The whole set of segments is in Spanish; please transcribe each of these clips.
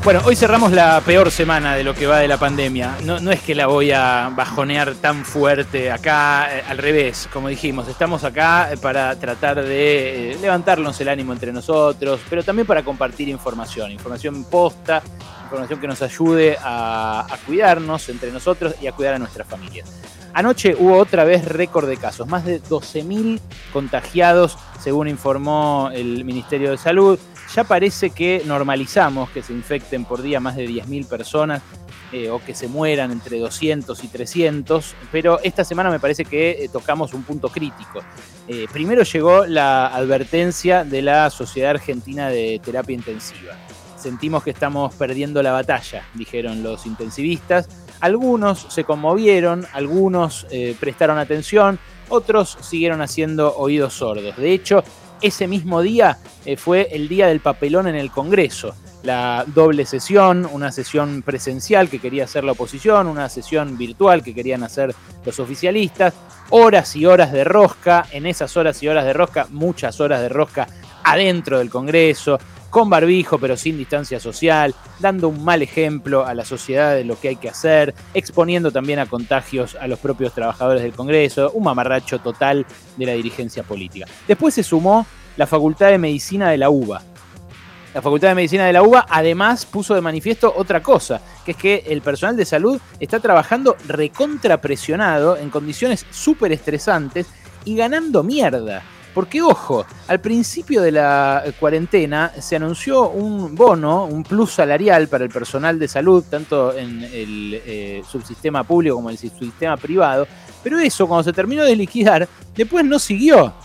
Bueno, hoy cerramos la peor semana de lo que va de la pandemia. No es que la voy a bajonear tan fuerte acá, al revés, como dijimos, estamos acá para tratar de levantarnos el ánimo entre nosotros, pero también para compartir información posta, información que nos ayude a cuidarnos entre nosotros y a cuidar a nuestras familias. Anoche hubo otra vez récord de casos, más de 12.000 contagiados, según informó el Ministerio de Salud. Ya parece que normalizamos que se infecten por día más de 10.000 personas o que se mueran entre 200 y 300, pero esta semana me parece que tocamos un punto crítico. Primero llegó la advertencia de la Sociedad Argentina de Terapia Intensiva. Sentimos que estamos perdiendo la batalla, dijeron los intensivistas. Algunos se conmovieron, algunos prestaron atención, otros siguieron haciendo oídos sordos. De hecho, ese mismo día fue el día del papelón en el Congreso. La doble sesión, una sesión presencial que quería hacer la oposición, una sesión virtual que querían hacer los oficialistas. Horas y horas de rosca, en esas horas y horas de rosca, muchas horas de rosca adentro del Congreso, con barbijo pero sin distancia social, dando un mal ejemplo a la sociedad de lo que hay que hacer, exponiendo también a contagios a los propios trabajadores del Congreso, un mamarracho total de la dirigencia política. Después se sumó la Facultad de Medicina de la UBA. La Facultad de Medicina de la UBA además puso de manifiesto otra cosa, que es que el personal de salud está trabajando recontrapresionado en condiciones súper estresantes y ganando mierda. Porque, ojo, al principio de la cuarentena se anunció un bono, un plus salarial para el personal de salud, tanto en el subsistema público como en el subsistema privado, pero eso, cuando se terminó de liquidar, después no siguió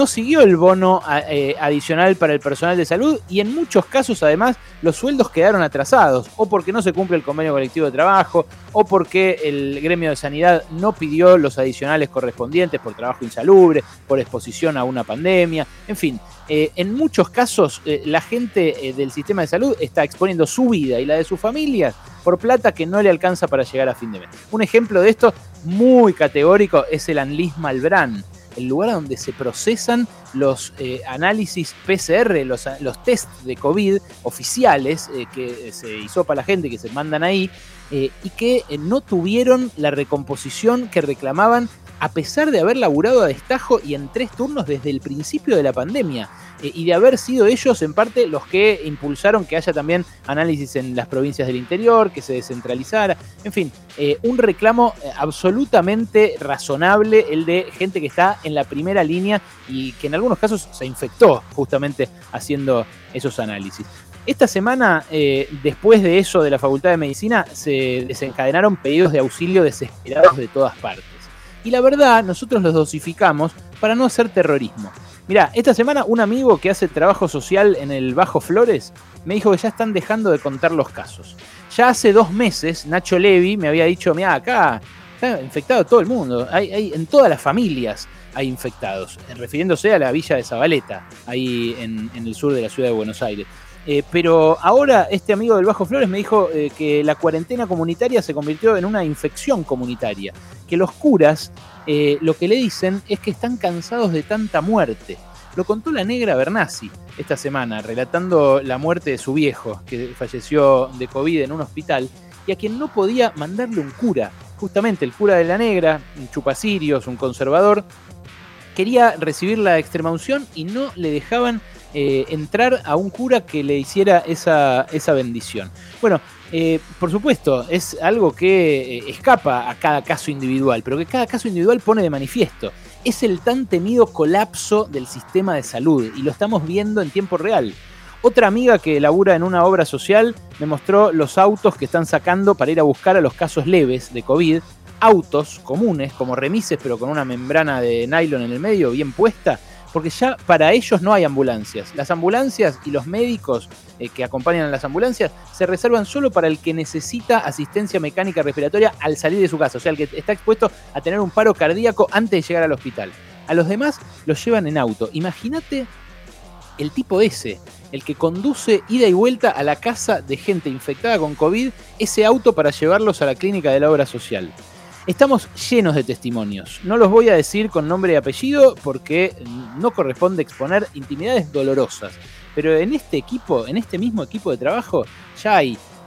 el bono adicional para el personal de salud y en muchos casos, además, los sueldos quedaron atrasados, o porque no se cumple el convenio colectivo de trabajo, o porque el gremio de sanidad no pidió los adicionales correspondientes por trabajo insalubre, por exposición a una pandemia, en fin. En muchos casos, la gente del sistema de salud está exponiendo su vida y la de sus familias por plata que no le alcanza para llegar a fin de mes. Un ejemplo de esto muy categórico es el Anlis Malbrán, el lugar donde se procesan los análisis PCR, los test de COVID oficiales que se hisopa la gente, que se mandan ahí, y que no tuvieron la recomposición que reclamaban a pesar de haber laburado a destajo y en 3 turnos desde el principio de la pandemia, y de haber sido ellos en parte los que impulsaron que haya también análisis en las provincias del interior, que se descentralizara, en fin, un reclamo absolutamente razonable, el de gente que está en la primera línea y que en algunos casos se infectó justamente haciendo esos análisis. Esta semana, después de eso de la Facultad de Medicina, se desencadenaron pedidos de auxilio desesperados de todas partes. Y la verdad, nosotros los dosificamos para no hacer terrorismo. Mirá, esta semana un amigo que hace trabajo social en el Bajo Flores me dijo que ya están dejando de contar los casos. Ya hace 2 meses, Nacho Levi me había dicho, mirá, acá está infectado todo el mundo, hay en todas las familias hay infectados, refiriéndose a la villa de Zabaleta, ahí en el sur de la ciudad de Buenos Aires. Pero ahora este amigo del Bajo Flores me dijo que la cuarentena comunitaria se convirtió en una infección comunitaria, que los curas lo que le dicen es que están cansados de tanta muerte. Lo contó la negra Bernasi esta semana, relatando la muerte de su viejo, que falleció de COVID en un hospital, y a quien no podía mandarle un cura. Justamente el cura de la negra, un chupacirios, un conservador, quería recibir la extremaunción y no le dejaban entrar a un cura que le hiciera esa bendición. Bueno, por supuesto, es algo que escapa a cada caso individual, pero que cada caso individual pone de manifiesto. Es el tan temido colapso del sistema de salud y lo estamos viendo en tiempo real. Otra amiga que labura en una obra social me mostró los autos que están sacando para ir a buscar a los casos leves de COVID, autos comunes como remises pero con una membrana de nylon en el medio bien puesta, porque ya para ellos no hay ambulancias. Las ambulancias y los médicos que acompañan a las ambulancias se reservan solo para el que necesita asistencia mecánica respiratoria al salir de su casa, o sea, el que está expuesto a tener un paro cardíaco antes de llegar al hospital. A los demás los llevan en auto. Imagínate el tipo ese, el que conduce ida y vuelta a la casa de gente infectada con COVID, ese auto para llevarlos a la clínica de la obra social. Estamos llenos de testimonios. No los voy a decir con nombre y apellido porque no corresponde exponer intimidades dolorosas. Pero en este equipo, en este mismo equipo de trabajo, ya hay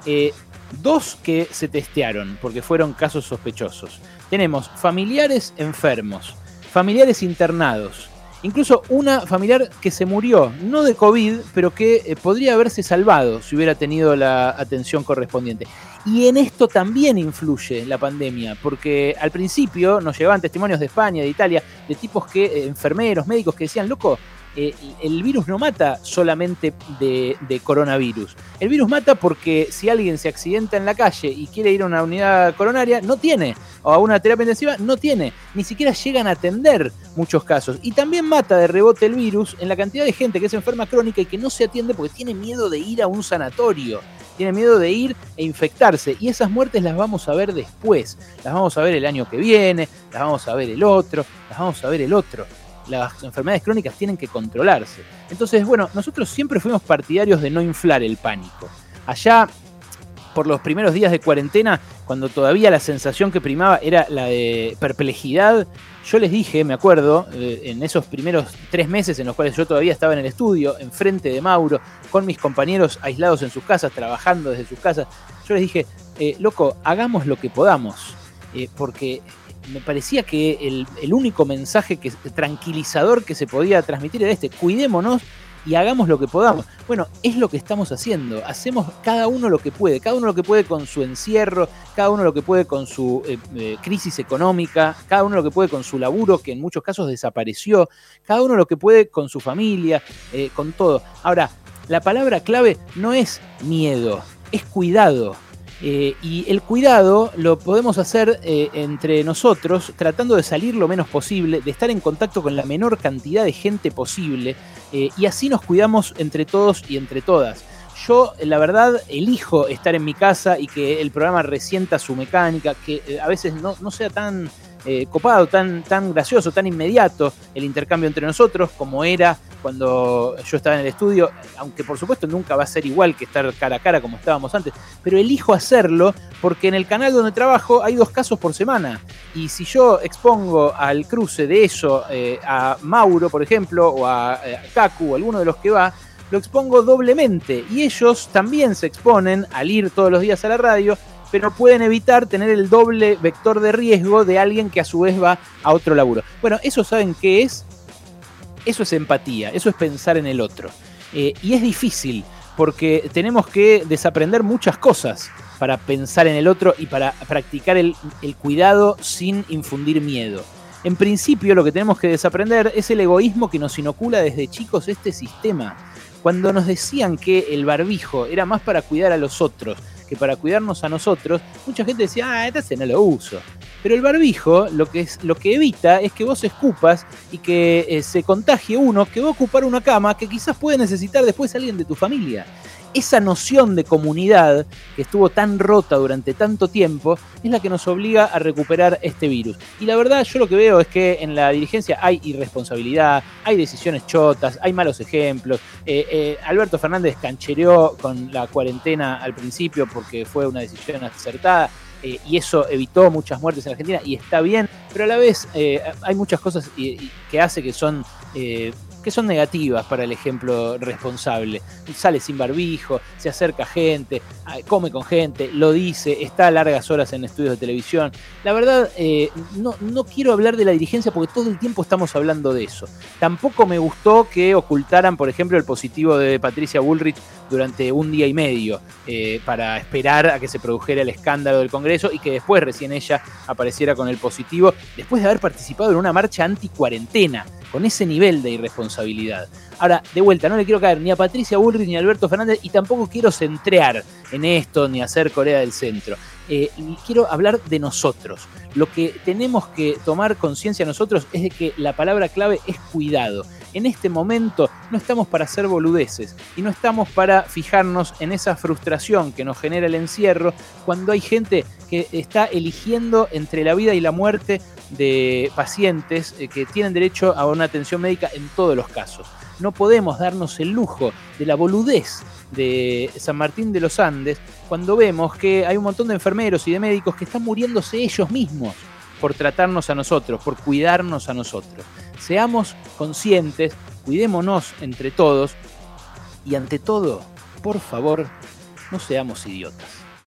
2 que se testearon porque fueron casos sospechosos. Tenemos familiares enfermos, familiares internados, incluso una familiar que se murió, no de COVID, pero que podría haberse salvado si hubiera tenido la atención correspondiente. Y en esto también influye la pandemia, porque al principio nos llegaban testimonios de España, de Italia, de tipos que, enfermeros, médicos, que decían, loco, el virus no mata solamente de coronavirus. El virus mata porque si alguien se accidenta en la calle y quiere ir a una unidad coronaria, no tiene, o a una terapia intensiva, no tiene. Ni siquiera llegan a atender muchos casos. Y también mata de rebote el virus en la cantidad de gente que es enferma crónica y que no se atiende porque tiene miedo de ir a un sanatorio. Tiene miedo de ir e infectarse. Y esas muertes las vamos a ver después. Las vamos a ver el año que viene, las vamos a ver el otro, las vamos a ver el otro. Las enfermedades crónicas tienen que controlarse. Entonces, bueno, nosotros siempre fuimos partidarios de no inflar el pánico. Allá, por los primeros días de cuarentena, cuando todavía la sensación que primaba era la de perplejidad, yo les dije, me acuerdo, en esos primeros 3 meses en los cuales yo todavía estaba en el estudio, enfrente de Mauro, con mis compañeros aislados en sus casas, trabajando desde sus casas, yo les dije, loco, hagamos lo que podamos, porque me parecía que el único mensaje tranquilizador que se podía transmitir era cuidémonos y hagamos lo que podamos. Bueno, es lo que estamos haciendo. Hacemos cada uno lo que puede con su encierro, cada uno lo que puede con su crisis económica, cada uno lo que puede con su laburo, que en muchos casos desapareció, cada uno lo que puede con su familia, con todo. Ahora, la palabra clave no es miedo, es cuidado. Y el cuidado lo podemos hacer entre nosotros, tratando de salir lo menos posible, de estar en contacto con la menor cantidad de gente posible, y así nos cuidamos entre todos y entre todas. Yo, la verdad, elijo estar en mi casa y que el programa resienta su mecánica, que a veces no sea tan copado, tan gracioso, tan inmediato el intercambio entre nosotros como era cuando yo estaba en el estudio, aunque por supuesto nunca va a ser igual que estar cara a cara como estábamos antes, pero elijo hacerlo porque en el canal donde trabajo hay 2 casos por semana, y si yo expongo al cruce de eso a Mauro, por ejemplo, o a Kaku, o alguno de los que va, lo expongo doblemente, y ellos también se exponen al ir todos los días a la radio, pero pueden evitar tener el doble vector de riesgo de alguien que a su vez va a otro laburo. Bueno, ¿eso saben qué es? Eso es empatía, eso es pensar en el otro. Y es difícil, porque tenemos que desaprender muchas cosas para pensar en el otro y para practicar el cuidado sin infundir miedo. En principio, lo que tenemos que desaprender es el egoísmo que nos inocula desde chicos este sistema. Cuando nos decían que el barbijo era más para cuidar a los otros que para cuidarnos a nosotros, mucha gente decía, entonces no lo uso. Pero el barbijo lo que evita es que vos escupas y que se contagie uno que va a ocupar una cama que quizás puede necesitar después alguien de tu familia. Esa noción de comunidad que estuvo tan rota durante tanto tiempo es la que nos obliga a recuperar este virus. Y la verdad, yo lo que veo es que en la dirigencia hay irresponsabilidad, hay decisiones chotas, hay malos ejemplos. Alberto Fernández canchereó con la cuarentena al principio porque fue una decisión acertada. Y eso evitó muchas muertes en Argentina y está bien, pero a la vez hay muchas cosas que hace que son negativas para el ejemplo responsable. Sale sin barbijo, se acerca a gente, come con gente, lo dice, está a largas horas en estudios de televisión. La verdad, no quiero hablar de la dirigencia porque todo el tiempo estamos hablando de eso. Tampoco me gustó que ocultaran, por ejemplo, el positivo de Patricia Bullrich durante 1 día y medio para esperar a que se produjera el escándalo del Congreso y que después recién ella apareciera con el positivo después de haber participado en una marcha anti-cuarentena, con ese nivel de irresponsabilidad. Ahora, de vuelta, no le quiero caer ni a Patricia Bullrich ni a Alberto Fernández y tampoco quiero centrear en esto ni hacer Corea del Centro. Quiero hablar de nosotros. Lo que tenemos que tomar conciencia nosotros es de que la palabra clave es cuidado. En este momento no estamos para hacer boludeces y no estamos para fijarnos en esa frustración que nos genera el encierro cuando hay gente que está eligiendo entre la vida y la muerte de pacientes que tienen derecho a una atención médica en todos los casos. No podemos darnos el lujo de la boludez de San Martín de los Andes cuando vemos que hay un montón de enfermeros y de médicos que están muriéndose ellos mismos por tratarnos a nosotros, por cuidarnos a nosotros. Seamos conscientes, cuidémonos entre todos y ante todo, por favor, no seamos idiotas.